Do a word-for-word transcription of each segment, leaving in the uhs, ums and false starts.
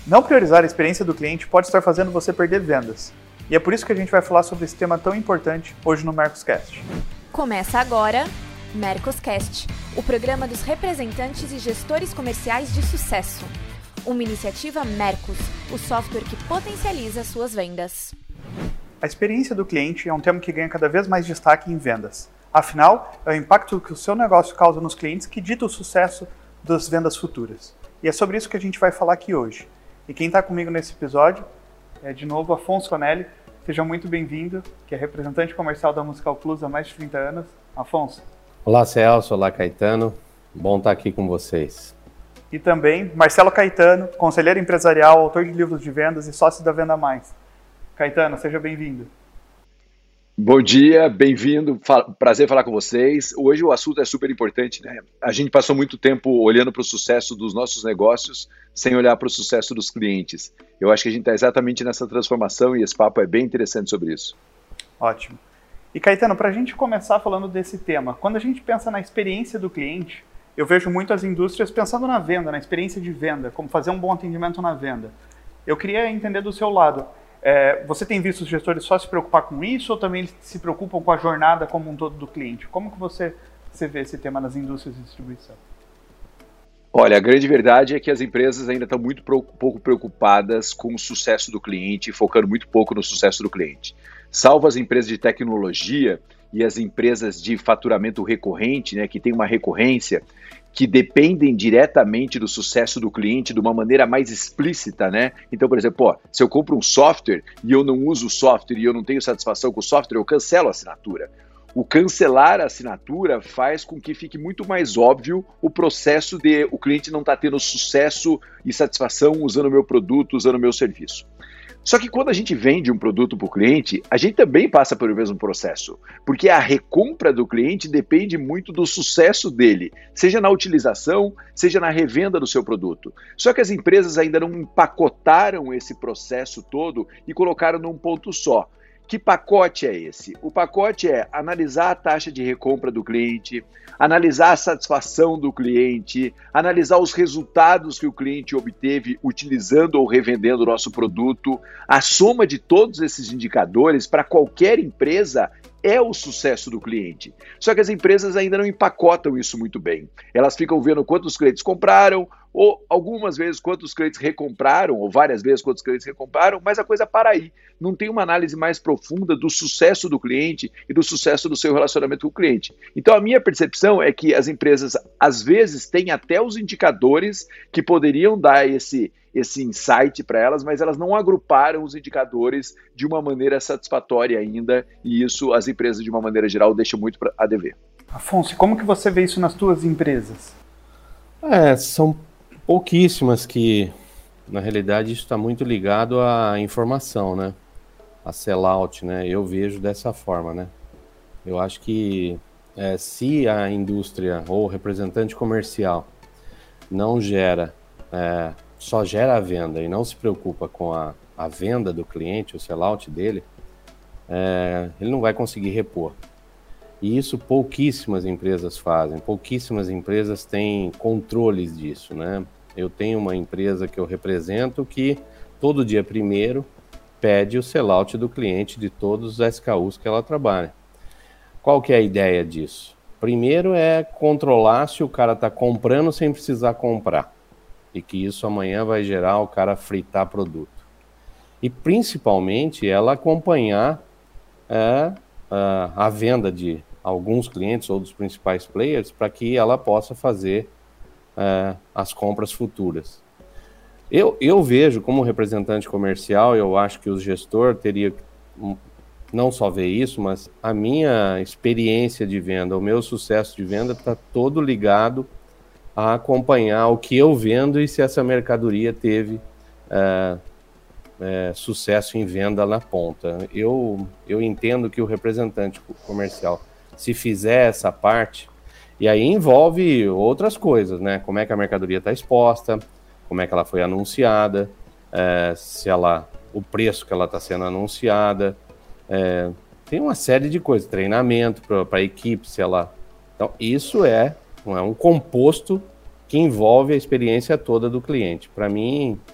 Não priorizar a experiência do cliente pode estar fazendo você perder vendas. E é por isso que a gente vai falar sobre esse tema tão importante hoje no Mercoscast. Começa agora Mercoscast, o programa dos representantes e gestores comerciais de sucesso. Uma iniciativa Mercos, o software que potencializa suas vendas. A experiência do cliente é um tema que ganha cada vez mais destaque em vendas. Afinal, é o impacto que o seu negócio causa nos clientes que dita o sucesso das vendas futuras. E é sobre isso que a gente vai falar aqui hoje. E quem está comigo nesse episódio é, de novo, Afonso Conelli. Seja muito bem-vindo, que é representante comercial da Musical Plus há mais de trinta anos. Afonso. Olá, Celso. Olá, Caetano. Bom estar aqui com vocês. E também Marcelo Caetano, conselheiro empresarial, autor de livros de vendas e sócio da Venda Mais. Caetano, seja bem-vindo. Bom dia, bem-vindo, prazer falar com vocês. Hoje o assunto é super importante, né? A gente passou muito tempo olhando para o sucesso dos nossos negócios sem olhar para o sucesso dos clientes. Eu acho que a gente está exatamente nessa transformação e esse papo é bem interessante sobre isso. Ótimo. E Caetano, para a gente começar falando desse tema, quando a gente pensa na experiência do cliente, eu vejo muito as indústrias pensando na venda, na experiência de venda, como fazer um bom atendimento na venda. Eu queria entender do seu lado, É, você tem visto os gestores só se preocupar com isso ou também eles se preocupam com a jornada como um todo do cliente? Como que você, você vê esse tema nas indústrias de distribuição? Olha, a grande verdade é que as empresas ainda estão muito pouco preocupadas com o sucesso do cliente, focando muito pouco no sucesso do cliente. Salvo as empresas de tecnologia e as empresas de faturamento recorrente, né, que tem uma recorrência, que dependem diretamente do sucesso do cliente de uma maneira mais explícita, né? Então, por exemplo, ó, se eu compro um software e eu não uso o software e eu não tenho satisfação com o software, eu cancelo a assinatura. O cancelar a assinatura faz com que fique muito mais óbvio o processo de o cliente não estar tá tendo sucesso e satisfação usando o meu produto, usando o meu serviço. Só que quando a gente vende um produto para o cliente, a gente também passa pelo mesmo processo, porque a recompra do cliente depende muito do sucesso dele, seja na utilização, seja na revenda do seu produto. Só que as empresas ainda não empacotaram esse processo todo e colocaram num ponto só. Que pacote é esse? O pacote é analisar a taxa de recompra do cliente, analisar a satisfação do cliente, analisar os resultados que o cliente obteve utilizando ou revendendo o nosso produto. A soma de todos esses indicadores para qualquer empresa é o sucesso do cliente. Só que as empresas ainda não empacotam isso muito bem. Elas ficam vendo quantos clientes compraram, ou algumas vezes quantos clientes recompraram, ou várias vezes quantos clientes recompraram, mas a coisa para aí. Não tem uma análise mais profunda do sucesso do cliente e do sucesso do seu relacionamento com o cliente. Então a minha percepção é que as empresas às vezes têm até os indicadores que poderiam dar esse, esse insight para elas, mas elas não agruparam os indicadores de uma maneira satisfatória ainda, e isso as empresas de uma maneira geral deixam muito a dever. Afonso, como que você vê isso nas tuas empresas? É, são pouquíssimas que, na realidade, isso está muito ligado à informação, né? A sellout, né? Eu vejo dessa forma, né? Eu acho que é, se a indústria ou o representante comercial não gera, é, só gera a venda e não se preocupa com a, a venda do cliente, o sellout dele, é, ele não vai conseguir repor. E isso pouquíssimas empresas fazem, pouquíssimas empresas têm controles disso, né? Eu tenho uma empresa que eu represento que todo dia primeiro pede o sellout do cliente de todos os S K Us que ela trabalha. Qual que é a ideia disso? Primeiro é controlar se o cara está comprando sem precisar comprar. E que isso amanhã vai gerar o cara fritar produto. E principalmente ela acompanhar é, a, a venda de alguns clientes ou dos principais players para que ela possa fazer é, as compras futuras. Eu, eu vejo como representante comercial, eu acho que o gestor teria não só ver isso, mas a minha experiência de venda, o meu sucesso de venda está todo ligado a acompanhar o que eu vendo e se essa mercadoria teve é, é, sucesso em venda na ponta. Eu, eu entendo que o representante comercial, se fizer essa parte, e aí envolve outras coisas, né? Como é que a mercadoria está exposta, como é que ela foi anunciada, é, se ela, o preço que ela está sendo anunciada, é, tem uma série de coisas, treinamento para a equipe, se ela... Então, isso é, é um composto que envolve a experiência toda do cliente. Para mim,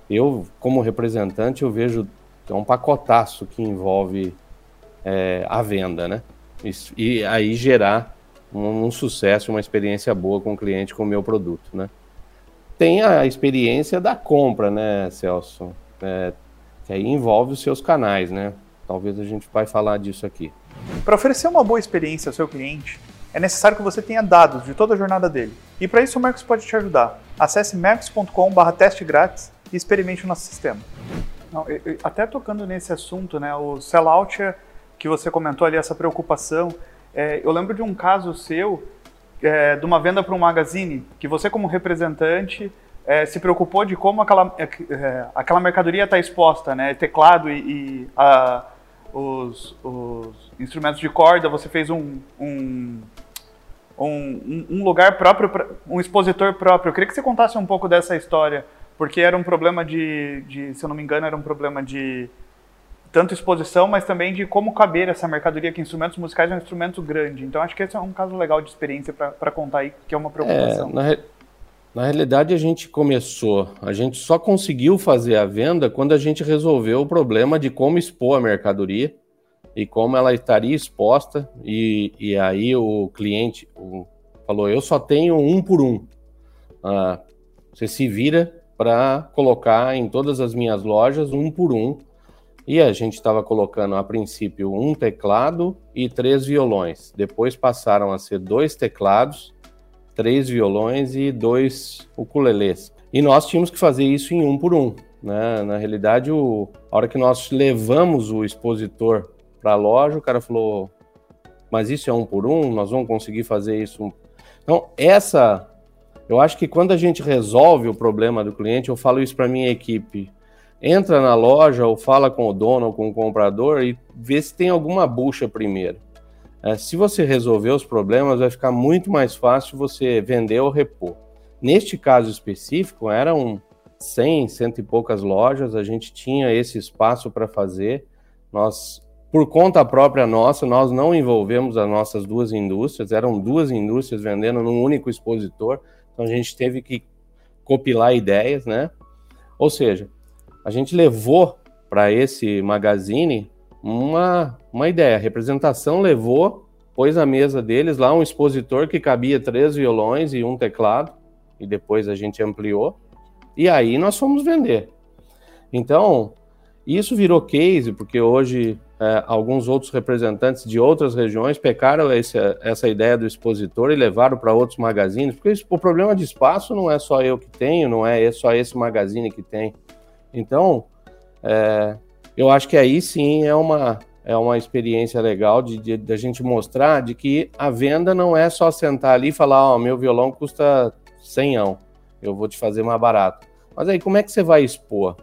Eu, como representante, eu vejo que é um pacotaço que envolve é, a venda, né? Isso, e aí gerar um, um sucesso, uma experiência boa com o cliente com o meu produto, né? Tem a experiência da compra, né, Celso? É, que aí envolve os seus canais, né? Talvez a gente vai falar disso aqui. Para oferecer uma boa experiência ao seu cliente, é necessário que você tenha dados de toda a jornada dele. E para isso o Mercos pode te ajudar. Acesse mercos ponto com barra teste grátis e experimente o nosso sistema. Não, eu, eu, até tocando nesse assunto, né, o sellout que você comentou ali, essa preocupação, é, eu lembro de um caso seu, é, de uma venda para um magazine, que você como representante é, se preocupou de como aquela, é, aquela mercadoria está exposta, né, teclado e, e a, os, os instrumentos de corda, você fez um, um, um, um lugar próprio, um expositor próprio. Eu queria que você contasse um pouco dessa história, porque era um problema de, de, se eu não me engano, era um problema de tanto exposição, mas também de como caber essa mercadoria, que instrumentos musicais é um instrumento grande. Então acho que esse é um caso legal de experiência para contar aí, que é uma preocupação. É, na, re... na realidade a gente começou, a gente só conseguiu fazer a venda quando a gente resolveu o problema de como expor a mercadoria e como ela estaria exposta, e, e aí o cliente o, falou, eu só tenho um por um. Ah, você se vira para colocar em todas as minhas lojas um por um. E a gente estava colocando, a princípio, um teclado e três violões. Depois passaram a ser dois teclados, três violões e dois ukulelês. E nós tínhamos que fazer isso em um por um, né? Na realidade, o, a hora que nós levamos o expositor para a loja, o cara falou, mas isso é um por um? Nós vamos conseguir fazer isso? Então, essa... Eu acho que quando a gente resolve o problema do cliente, eu falo isso para a minha equipe, entra na loja ou fala com o dono ou com o comprador e vê se tem alguma bucha primeiro. É, se você resolver os problemas, vai ficar muito mais fácil você vender ou repor. Neste caso específico, eram cem, cento e poucas lojas, a gente tinha esse espaço para fazer. Nós, por conta própria nossa, nós não envolvemos as nossas duas indústrias, eram duas indústrias vendendo num único expositor, então a gente teve que compilar ideias, né? Ou seja, a gente levou para esse magazine uma, uma ideia. A representação levou, pôs à mesa deles lá um expositor que cabia três violões e um teclado, e depois a gente ampliou, e aí nós fomos vender. Então, isso virou case, porque hoje é, alguns outros representantes de outras regiões pegaram esse, essa ideia do expositor e levaram para outros magazines, porque isso, o problema de espaço não é só eu que tenho, não é só esse magazine que tem. Então, é, eu acho que aí sim é uma, é uma experiência legal de, de, de a gente mostrar de que a venda não é só sentar ali e falar, ó, oh, meu violão custa cem, eu vou te fazer mais barato. Mas aí como é que você vai expor?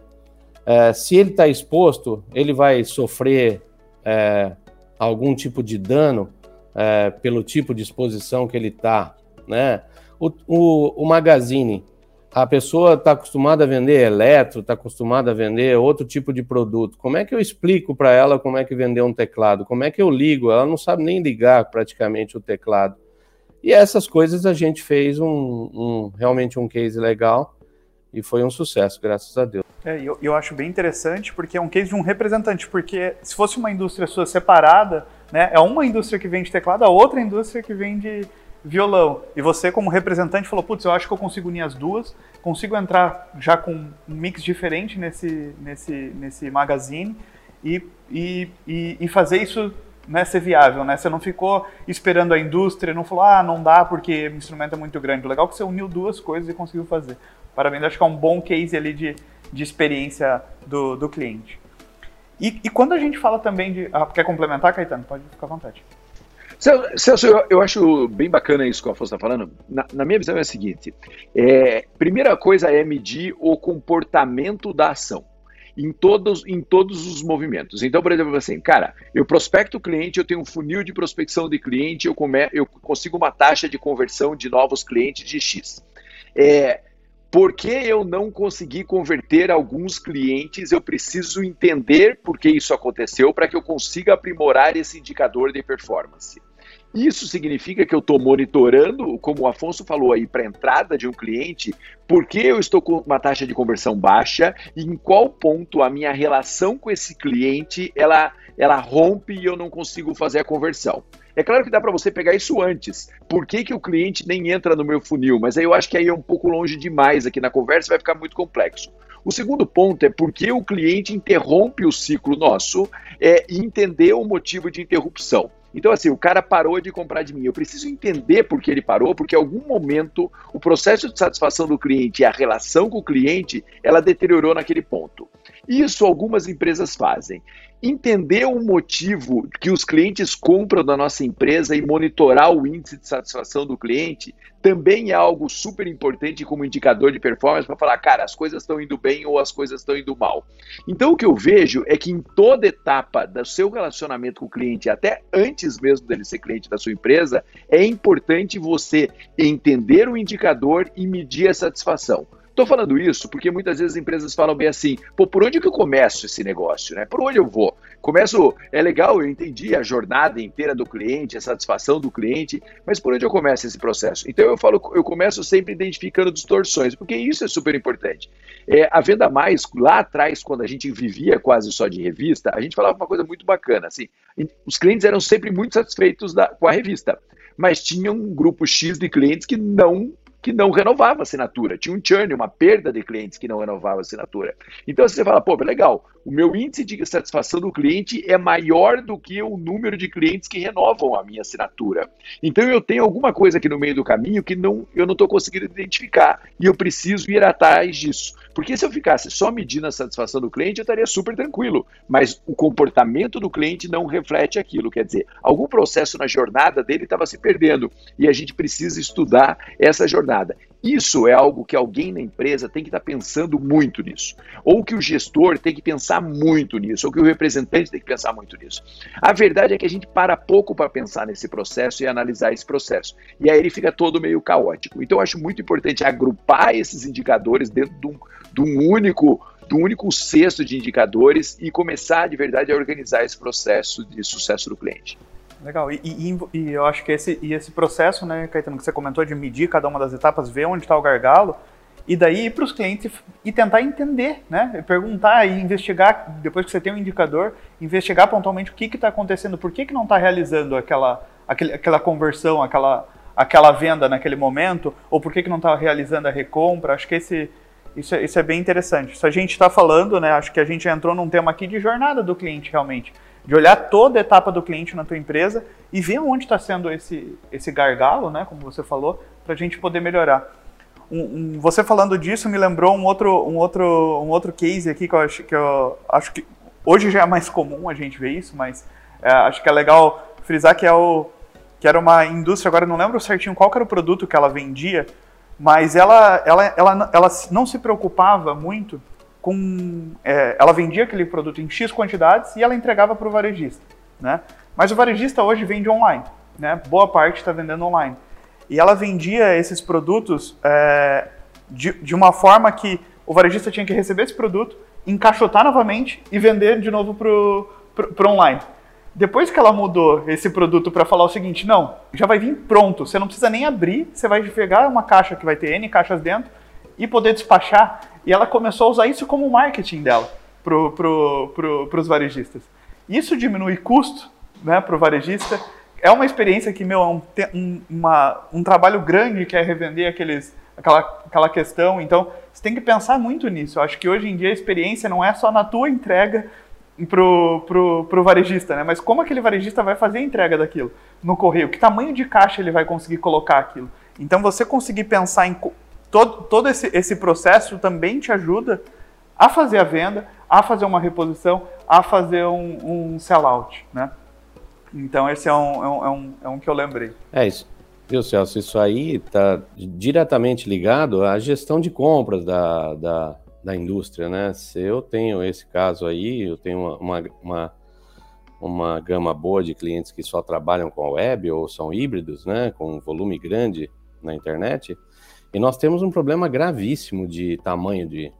É, se ele está exposto, ele vai sofrer é, algum tipo de dano é, pelo tipo de exposição que ele está, né? O, o, o magazine, a pessoa está acostumada a vender eletro, está acostumada a vender outro tipo de produto. Como é que eu explico para ela como é que vender um teclado? Como é que eu ligo? Ela não sabe nem ligar praticamente o teclado. E essas coisas a gente fez um, um, realmente um case legal e foi um sucesso, graças a Deus. É, eu, eu acho bem interessante porque é um case de um representante, porque se fosse uma indústria sua separada, né, é uma indústria que vende teclado, a outra indústria que vende violão. E você, como representante, falou, putz, eu acho que eu consigo unir as duas, consigo entrar já com um mix diferente nesse, nesse, nesse magazine e, e, e, e fazer isso, né, ser viável, né? Você não ficou esperando a indústria, não falou, ah, não dá porque o instrumento é muito grande. O legal é que você uniu duas coisas e conseguiu fazer. Parabéns, acho que é um bom case ali de, de experiência do, do cliente. E, e quando a gente fala também de... Ah, quer complementar, Caetano? Pode ficar à vontade. Celso, eu, eu acho bem bacana isso que o Afonso está falando. Na, na minha visão é a seguinte, é, primeira coisa é medir o comportamento da ação em todos, em todos os movimentos. Então, por exemplo, assim, cara, eu prospecto o cliente, eu tenho um funil de prospecção de cliente, eu, come, eu consigo uma taxa de conversão de novos clientes de X. É, por que eu não consegui converter alguns clientes? Eu preciso entender por que isso aconteceu para que eu consiga aprimorar esse indicador de performance. Isso significa que eu estou monitorando, como o Afonso falou aí, para a entrada de um cliente, por que eu estou com uma taxa de conversão baixa e em qual ponto a minha relação com esse cliente ela, ela rompe e eu não consigo fazer a conversão. É claro que dá para você pegar isso antes. Por que, que o cliente nem entra no meu funil? Mas aí eu acho que aí é um pouco longe demais aqui na conversa, vai ficar muito complexo. O segundo ponto é por que o cliente interrompe o ciclo nosso é, e entender o motivo de interrupção. Então, assim, o cara parou de comprar de mim. Eu preciso entender por que ele parou, porque em algum momento o processo de satisfação do cliente e a relação com o cliente, ela deteriorou naquele ponto. Isso algumas empresas fazem. Entender o motivo que os clientes compram da nossa empresa e monitorar o índice de satisfação do cliente também é algo super importante como indicador de performance para falar, cara, as coisas estão indo bem ou as coisas estão indo mal. Então o que eu vejo é que em toda etapa do seu relacionamento com o cliente, até antes mesmo dele ser cliente da sua empresa, é importante você entender o indicador e medir a satisfação. Estou falando isso porque muitas vezes as empresas falam bem assim, pô, por onde que eu começo esse negócio, né? Por onde eu vou? Começo, é legal, eu entendi a jornada inteira do cliente, a satisfação do cliente, mas por onde eu começo esse processo? Então eu falo, eu começo sempre identificando distorções, porque isso é super importante. É, a Venda Mais, lá atrás, quando a gente vivia quase só de revista, a gente falava uma coisa muito bacana, assim, os clientes eram sempre muito satisfeitos da, com a revista, mas tinha um grupo X de clientes que não que não renovava a assinatura. Tinha um churn, uma perda de clientes que não renovavam a assinatura. Então você fala, pô, legal, o meu índice de satisfação do cliente é maior do que o número de clientes que renovam a minha assinatura. Então eu tenho alguma coisa aqui no meio do caminho que não, eu não estou conseguindo identificar e eu preciso ir atrás disso. Porque se eu ficasse só medindo a satisfação do cliente, eu estaria super tranquilo, mas o comportamento do cliente não reflete aquilo. Quer dizer, algum processo na jornada dele estava se perdendo e a gente precisa estudar essa jornada. Isso é algo que alguém na empresa tem que estar pensando muito nisso. Ou que o gestor tem que pensar muito nisso, ou que o representante tem que pensar muito nisso. A verdade é que a gente para pouco para pensar nesse processo e analisar esse processo. E aí ele fica todo meio caótico. Então eu acho muito importante agrupar esses indicadores dentro de um, de um único... do único cesto de indicadores e começar de verdade a organizar esse processo de sucesso do cliente. Legal, e, e, e eu acho que esse, e esse processo, né, Caetano, que você comentou de medir cada uma das etapas, ver onde está o gargalo, e daí ir para os clientes e tentar entender, né, perguntar e investigar, depois que você tem um indicador, investigar pontualmente o que está acontecendo, por que, que não está realizando aquela, aquele, aquela conversão, aquela, aquela venda naquele momento, ou por que, que não está realizando a recompra. Acho que esse, isso, é, isso é bem interessante. Isso a gente está falando, né, acho que a gente entrou num tema aqui de jornada do cliente realmente, de olhar toda a etapa do cliente na tua empresa e ver onde está sendo esse, esse gargalo, né, como você falou, para a gente poder melhorar. Um, um, você falando disso me lembrou um outro, um outro, um outro case aqui que eu, acho, que eu acho que hoje já é mais comum a gente ver isso, mas é, acho que é legal frisar que, é o, que era uma indústria, agora eu não lembro certinho qual que era o produto que ela vendia, mas ela, ela, ela, ela não se preocupava muito com, é, ela vendia aquele produto em X quantidades e ela entregava para o varejista, né? Mas o varejista hoje vende online, né? Boa parte está vendendo online. E ela vendia esses produtos é, de, de uma forma que o varejista tinha que receber esse produto, encaixotar novamente e vender de novo para o online. Depois que ela mudou esse produto para falar o seguinte, não, já vai vir pronto, você não precisa nem abrir, você vai pegar uma caixa que vai ter N caixas dentro e poder despachar. E ela começou a usar isso como marketing dela para pro, pro, os varejistas. Isso diminui custo, né, para o varejista. É uma experiência que, meu, é um, um, uma, um trabalho grande que é revender aqueles, aquela, aquela questão. Então, você tem que pensar muito nisso. Eu acho que hoje em dia a experiência não é só na tua entrega pro, pro, pro varejista, né? Mas como aquele varejista vai fazer a entrega daquilo no correio? Que tamanho de caixa ele vai conseguir colocar aquilo? Então, você conseguir pensar em... Todo, todo esse, esse processo também te ajuda a fazer a venda, a fazer uma reposição, a fazer um, um sell-out, né? Então esse é um, é, um, é, um, é um que eu lembrei. É isso, viu, Celso? Isso aí está diretamente ligado à gestão de compras da, da, da indústria, né? Se eu tenho esse caso aí, eu tenho uma, uma, uma, uma gama boa de clientes que só trabalham com a web ou são híbridos, né? Com um volume grande na internet. E nós temos um problema gravíssimo de tamanho de...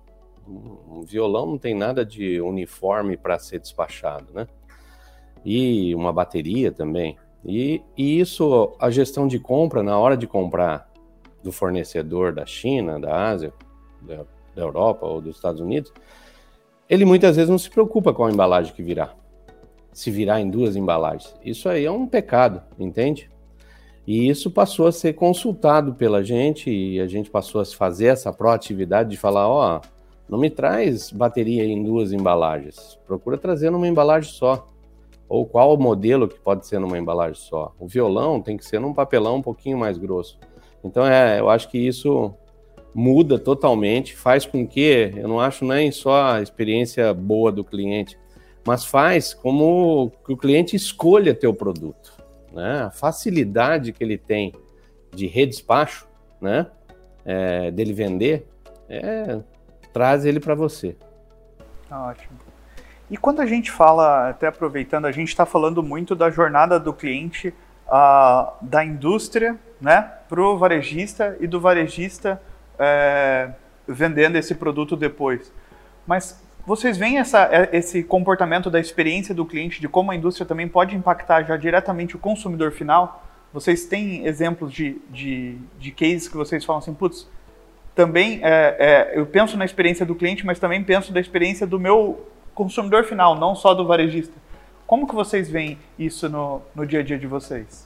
Um violão não tem nada de uniforme para ser despachado, né? E uma bateria também. E, e isso, a gestão de compra, na hora de comprar do fornecedor da China, da Ásia, da, da Europa ou dos Estados Unidos, ele muitas vezes não se preocupa com a embalagem que virá. Se virar em duas embalagens. Isso aí é um pecado, entende? E isso passou a ser consultado pela gente e a gente passou a fazer essa proatividade de falar, ó, oh, não me traz bateria em duas embalagens, procura trazer numa embalagem só. Ou qual o modelo que pode ser numa embalagem só. O violão tem que ser num papelão um pouquinho mais grosso. Então, é, eu acho que isso muda totalmente, faz com que, eu não acho nem só a experiência boa do cliente, mas faz como que o cliente escolha teu produto, né? A facilidade que ele tem de redespacho, né? É, dele vender, é, traz ele para você. Ótimo. E quando a gente fala, até aproveitando, a gente está falando muito da jornada do cliente, uh, da indústria, né, para o varejista e do varejista é, vendendo esse produto depois. Mas vocês veem essa, esse comportamento da experiência do cliente, de como a indústria também pode impactar já diretamente o consumidor final? Vocês têm exemplos de, de, de cases que vocês falam assim, putz, também é, é, eu penso na experiência do cliente, mas também penso da experiência do meu consumidor final, não só do varejista. Como que vocês veem isso no, no dia a dia de vocês?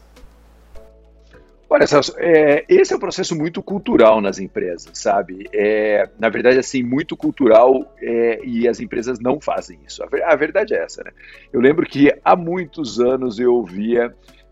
Olha, Celso, é, esse é um processo muito cultural nas empresas, sabe? É, na verdade, assim, muito cultural é, e as empresas não fazem isso. A, ver, a verdade é essa, né? Eu lembro que há muitos anos eu ouvia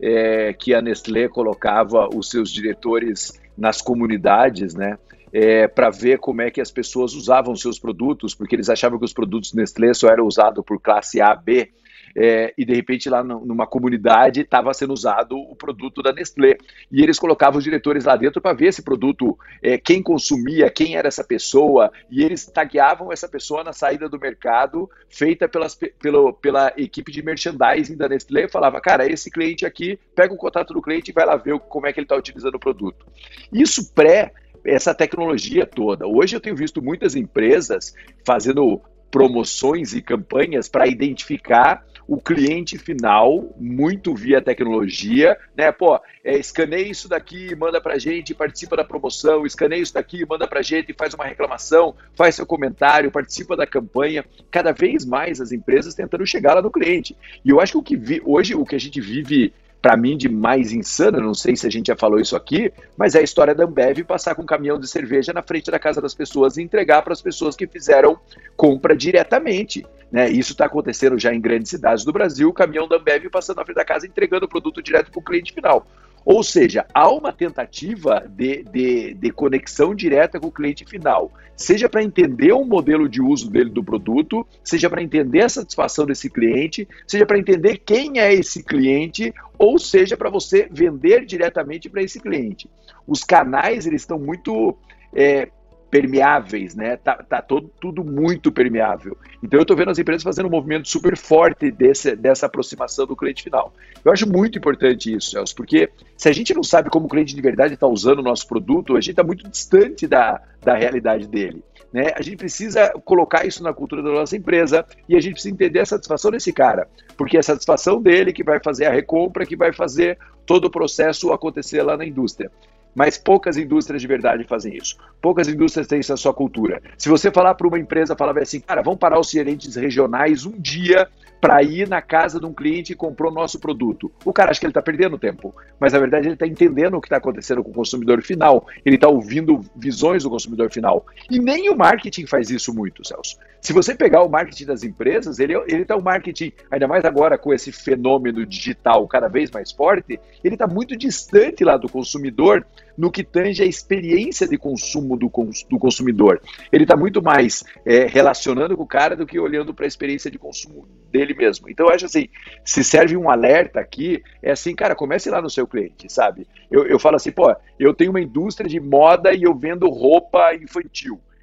é, que a Nestlé colocava os seus diretores nas comunidades, né? É, para ver como é que as pessoas usavam seus produtos, porque eles achavam que os produtos Nestlé só eram usados por classe A, B, é, e de repente lá no, numa comunidade estava sendo usado o produto da Nestlé, e eles colocavam os diretores lá dentro para ver esse produto, é, quem consumia, quem era essa pessoa, e eles tagueavam essa pessoa na saída do mercado, feita pelas, pelo, pela equipe de merchandising da Nestlé, e falava, cara, esse cliente aqui, pega o contato do cliente e vai lá ver como é que ele está utilizando o produto. Isso pré essa tecnologia toda. Hoje eu tenho visto muitas empresas fazendo promoções e campanhas para identificar o cliente final, muito via tecnologia, né? Pô, é, escaneia isso daqui, manda pra gente, participa da promoção, escaneia isso daqui, manda pra gente, faz uma reclamação, faz seu comentário, participa da campanha. Cada vez mais as empresas tentando chegar lá no cliente. E eu acho que, o que vi, hoje o que a gente vive, para mim, de mais insano, não sei se a gente já falou isso aqui, mas é a história da Ambev passar com um caminhão de cerveja na frente da casa das pessoas e entregar para as pessoas que fizeram compra diretamente, né? Isso está acontecendo já em grandes cidades do Brasil, o caminhão da Ambev passando na frente da casa e entregando o produto direto para o cliente final. Ou seja, há uma tentativa de, de, de conexão direta com o cliente final, seja para entender o modelo de uso dele do produto, seja para entender a satisfação desse cliente, seja para entender quem é esse cliente, ou seja para você vender diretamente para esse cliente. Os canais, eles estão muito é, permeáveis, né? Tá, tá todo, tudo muito permeável. Então eu estou vendo as empresas fazendo um movimento super forte desse, dessa aproximação do cliente final. Eu acho muito importante isso, Celso, porque se a gente não sabe como o cliente de verdade está usando o nosso produto, a gente está muito distante da, da realidade dele, né? A gente precisa colocar isso na cultura da nossa empresa e a gente precisa entender a satisfação desse cara, porque é a satisfação dele que vai fazer a recompra, que vai fazer todo o processo acontecer lá na indústria. Mas poucas indústrias de verdade fazem isso. Poucas indústrias têm essa sua cultura. Se você falar para uma empresa, falar assim, cara, vamos parar os gerentes regionais um dia para ir na casa de um cliente e comprou o nosso produto. O cara acha que ele está perdendo tempo, mas na verdade ele está entendendo o que está acontecendo com o consumidor final, ele está ouvindo visões do consumidor final. E nem o marketing faz isso muito, Celso. Se você pegar o marketing das empresas, ele está o marketing, ainda mais agora com esse fenômeno digital cada vez mais forte, ele está muito distante lá do consumidor no que tange a experiência de consumo do, cons do consumidor. Ele está muito mais é, relacionando com o cara do que olhando para a experiência de consumo dele mesmo. Então, eu acho assim, se serve um alerta aqui, é assim, cara, comece lá no seu cliente, sabe? Eu, eu falo assim, pô, eu tenho uma indústria de moda e eu vendo roupa infantil.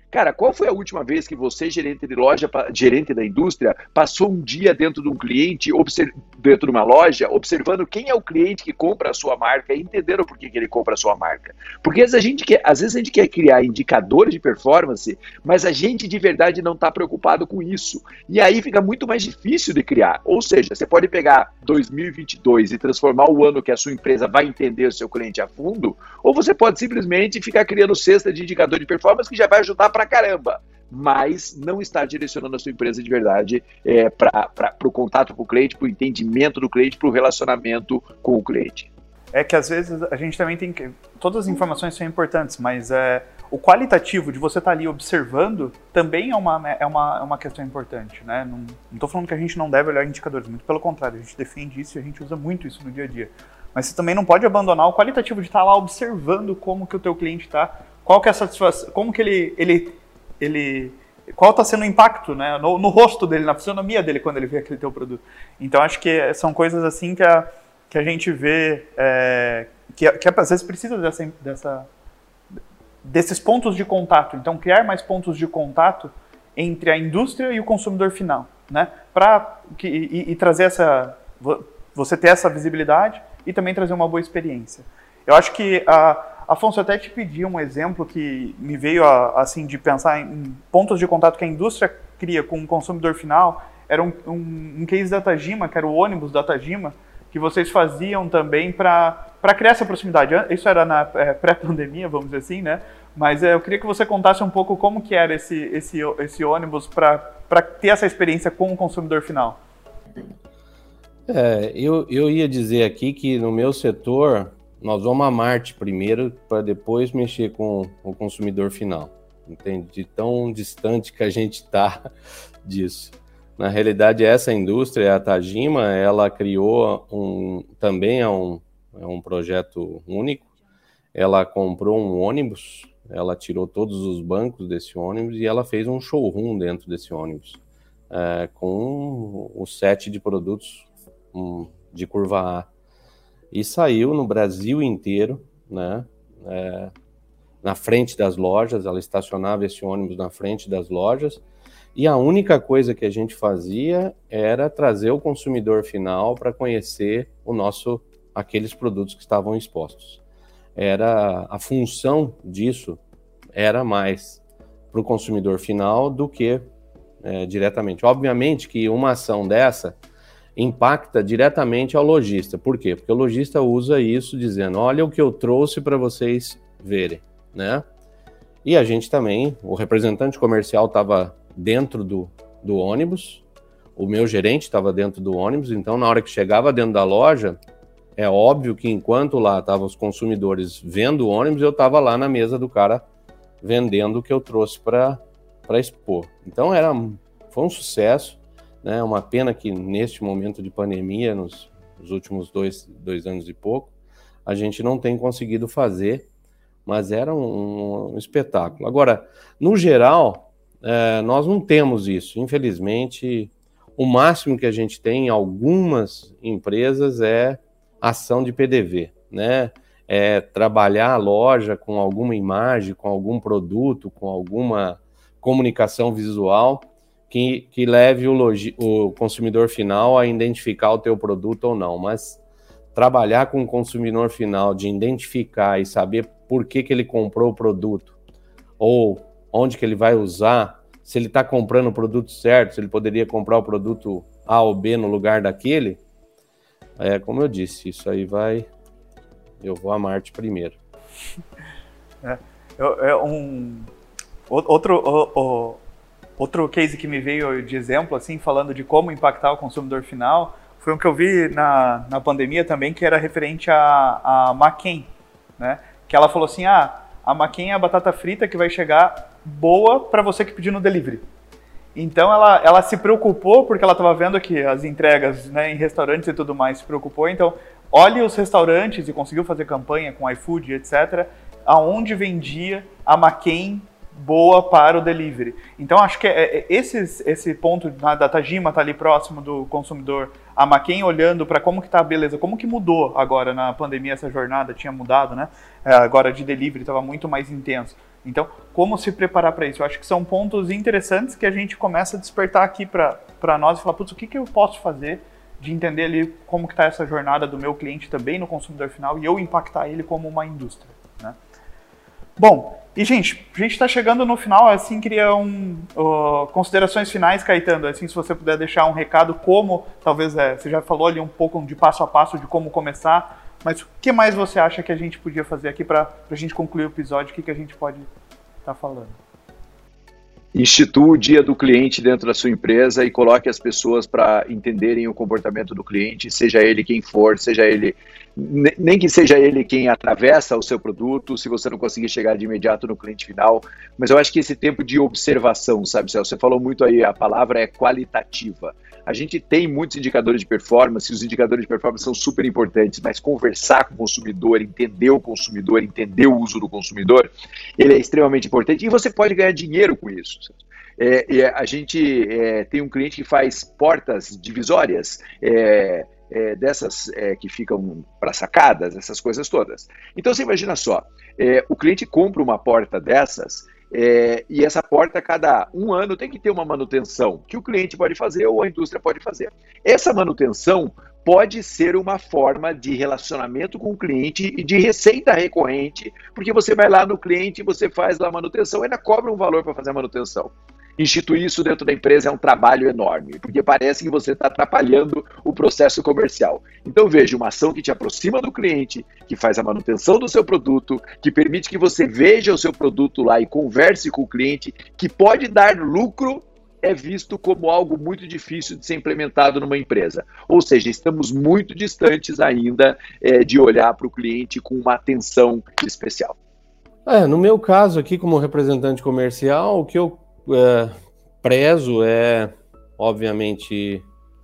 Cara, qual foi a última vez que você, gerente de loja, gerente da indústria, passou um dia dentro de um cliente, dentro de uma loja, observando quem é o cliente que compra a sua marca e entenderam por que, que ele compra a sua marca? Porque às vezes, a gente quer, às vezes a gente quer criar indicadores de performance, mas a gente de verdade não está preocupado com isso. E aí fica muito mais difícil de criar. Ou seja, você pode pegar dois mil e vinte e dois e transformar o ano que a sua empresa vai entender o seu cliente a fundo, ou você pode simplesmente ficar criando cesta de indicador de performance que já vai ajudar pra caramba, mas não está direcionando a sua empresa de verdade é, para o contato com o cliente, para o entendimento do cliente, para o relacionamento com o cliente. É que às vezes a gente também tem que... Todas as informações são importantes, mas é, o qualitativo de você estar ali observando também é uma, é uma, é uma questão importante, né? Não estou falando que a gente não deve olhar indicadores, muito pelo contrário, a gente defende isso e a gente usa muito isso no dia a dia. Mas você também não pode abandonar o qualitativo de estar lá observando como que o teu cliente está, qual que é a satisfação, como que ele, ele, ele qual está sendo o impacto, né, no, no rosto dele, na fisionomia dele quando ele vê aquele teu produto. Então acho que são coisas assim que a, que a gente vê, é, que, que às vezes precisa dessa, dessa, desses pontos de contato. Então criar mais pontos de contato entre a indústria e o consumidor final, né, para e, e trazer essa, você ter essa visibilidade e também trazer uma boa experiência. Eu acho que a Afonso, até te pedi um exemplo que me veio a, assim de pensar em pontos de contato que a indústria cria com o consumidor final. Era um, um, um case da Tajima, que era o ônibus da Tajima, que vocês faziam também para criar essa proximidade. Isso era na é, pré-pandemia, vamos dizer assim, né? Mas é, eu queria que você contasse um pouco como que era esse, esse, esse ônibus para ter essa experiência com o consumidor final. É, eu, eu ia dizer aqui que no meu setor nós vamos a Marte primeiro para depois mexer com o consumidor final. Entende? De tão distante que a gente está disso. Na realidade, essa indústria, a Tajima, ela criou um, também é um, é um projeto único. Ela comprou um ônibus, ela tirou todos os bancos desse ônibus e ela fez um showroom dentro desse ônibus, é, com o set de produtos um, de curva A. E saiu no Brasil inteiro, né, é, na frente das lojas. Ela estacionava esse ônibus na frente das lojas, e a única coisa que a gente fazia era trazer o consumidor final para conhecer o nosso, aqueles produtos que estavam expostos. Era, a função disso era mais para o consumidor final do que é, diretamente. Obviamente que uma ação dessa impacta diretamente ao lojista. Por quê? Porque o lojista usa isso dizendo, olha o que eu trouxe para vocês verem, né? E a gente também, o representante comercial estava dentro do, do ônibus, o meu gerente estava dentro do ônibus, então na hora que chegava dentro da loja, é óbvio que enquanto lá estavam os consumidores vendo o ônibus, eu estava lá na mesa do cara vendendo o que eu trouxe para expor. Então era, foi um sucesso. É uma pena que neste momento de pandemia, nos, nos últimos dois, dois anos e pouco, a gente não tem conseguido fazer, mas era um, um espetáculo. Agora, no geral, é, nós não temos isso. Infelizmente, o máximo que a gente tem em algumas empresas é ação de P D V, né? É trabalhar a loja com alguma imagem, com algum produto, com alguma comunicação visual, Que, que leve o, logi, o consumidor final a identificar o teu produto ou não, mas trabalhar com o consumidor final, de identificar e saber por que, que ele comprou o produto, ou onde que ele vai usar, se ele está comprando o produto certo, se ele poderia comprar o produto A ou B no lugar daquele, é como eu disse, isso aí vai, eu vou a Marte primeiro. É, é um, outro... O, o... Outro case que me veio de exemplo, assim, falando de como impactar o consumidor final, foi um que eu vi na, na pandemia também, que era referente a, a McCain, né? Que ela falou assim, ah, a McCain é a batata frita que vai chegar boa para você que pediu no delivery. Então ela, ela se preocupou, porque ela estava vendo que as entregas, né, em restaurantes e tudo mais se preocupou, então olhe os restaurantes e conseguiu fazer campanha com iFood, etcétera, aonde vendia a McCain boa para o delivery. Então, acho que é, é, esse, esse ponto da Tajima está ali próximo do consumidor, a McCain olhando para como que está a beleza, como que mudou agora na pandemia essa jornada, tinha mudado, né? É, agora de delivery estava muito mais intenso. Então, como se preparar para isso? Eu acho que são pontos interessantes que a gente começa a despertar aqui para nós e falar, putz, o que, que eu posso fazer de entender ali como que está essa jornada do meu cliente também no consumidor final e eu impactar ele como uma indústria, né? Bom, e gente, a gente está chegando no final, assim, queria um, uh, considerações finais, Caetano, assim, se você puder deixar um recado, como, talvez, é, você já falou ali um pouco de passo a passo de como começar, mas o que mais você acha que a gente podia fazer aqui para a gente concluir o episódio, o que, que a gente pode estar tá falando? Institua o dia do cliente dentro da sua empresa e coloque as pessoas para entenderem o comportamento do cliente, seja ele quem for, seja ele, nem que seja ele quem atravessa o seu produto, se você não conseguir chegar de imediato no cliente final, mas eu acho que esse tempo de observação, sabe, Celso, você falou muito aí, a palavra é qualitativa. A gente tem muitos indicadores de performance, os indicadores de performance são super importantes, mas conversar com o consumidor, entender o consumidor, entender o uso do consumidor, ele é extremamente importante e você pode ganhar dinheiro com isso. É, é, a gente é, tem um cliente que faz portas divisórias, é, é, dessas é, que ficam para sacadas, essas coisas todas. Então você imagina só, é, o cliente compra uma porta dessas, É, e essa porta, a cada um ano, tem que ter uma manutenção que o cliente pode fazer ou a indústria pode fazer. Essa manutenção pode ser uma forma de relacionamento com o cliente e de receita recorrente, porque você vai lá no cliente, você faz lá a manutenção e ainda cobra um valor para fazer a manutenção. Instituir isso dentro da empresa é um trabalho enorme, porque parece que você está atrapalhando o processo comercial. Então veja, uma ação que te aproxima do cliente, que faz a manutenção do seu produto, que permite que você veja o seu produto lá e converse com o cliente, que pode dar lucro, é visto como algo muito difícil de ser implementado numa empresa. Ou seja, estamos muito distantes ainda é, de olhar para o cliente com uma atenção especial. É, no meu caso aqui, como representante comercial, o que eu É, prezo é, obviamente,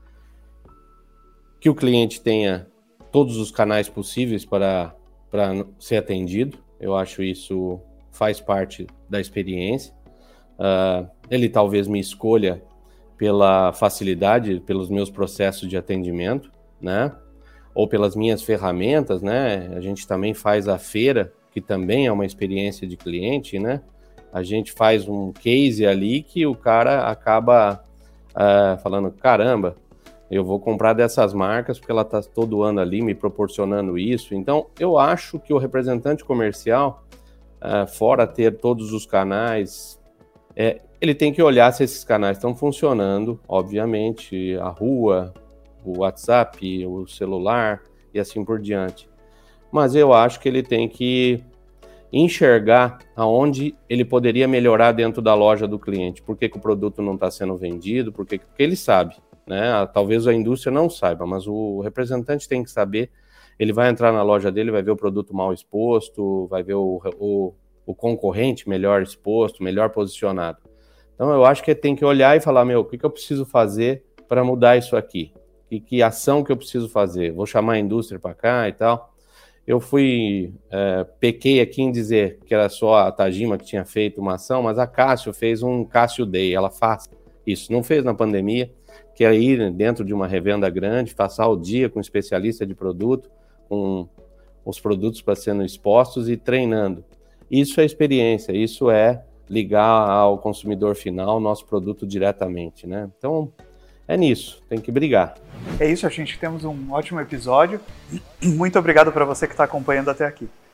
que o cliente tenha todos os canais possíveis para, para ser atendido. Eu acho isso faz parte da experiência. Uh, ele talvez me escolha pela facilidade, pelos meus processos de atendimento, né? Ou pelas minhas ferramentas, né? A gente também faz a feira, que também é uma experiência de cliente, né? A gente faz um case ali que o cara acaba uh, falando, caramba, eu vou comprar dessas marcas porque ela está todo ano ali me proporcionando isso. Então, eu acho que o representante comercial, uh, fora ter todos os canais, é, ele tem que olhar se esses canais estão funcionando, obviamente, a rua, o WhatsApp, o celular e assim por diante. Mas eu acho que ele tem que enxergar aonde ele poderia melhorar dentro da loja do cliente. Por que que o produto não está sendo vendido? Por que, porque ele sabe, né? Talvez a indústria não saiba, mas o representante tem que saber. Ele vai entrar na loja dele, vai ver o produto mal exposto, vai ver o, o, o concorrente melhor exposto, melhor posicionado. Então eu acho que ele tem que olhar e falar, meu, o que, que eu preciso fazer para mudar isso aqui? Que, que ação que eu preciso fazer? Vou chamar a indústria para cá e tal. Eu fui, é, pequei aqui em dizer que era só a Tajima que tinha feito uma ação, mas a Cássio fez um Cássio Day, ela faz isso, não fez na pandemia, que é ir dentro de uma revenda grande, passar o dia com um especialista de produto, com os produtos para sendo expostos e treinando. Isso é experiência, isso é ligar ao consumidor final nosso produto diretamente, né? Então, é nisso, tem que brigar. É isso, a gente temos um ótimo episódio. Muito obrigado para você que está acompanhando até aqui.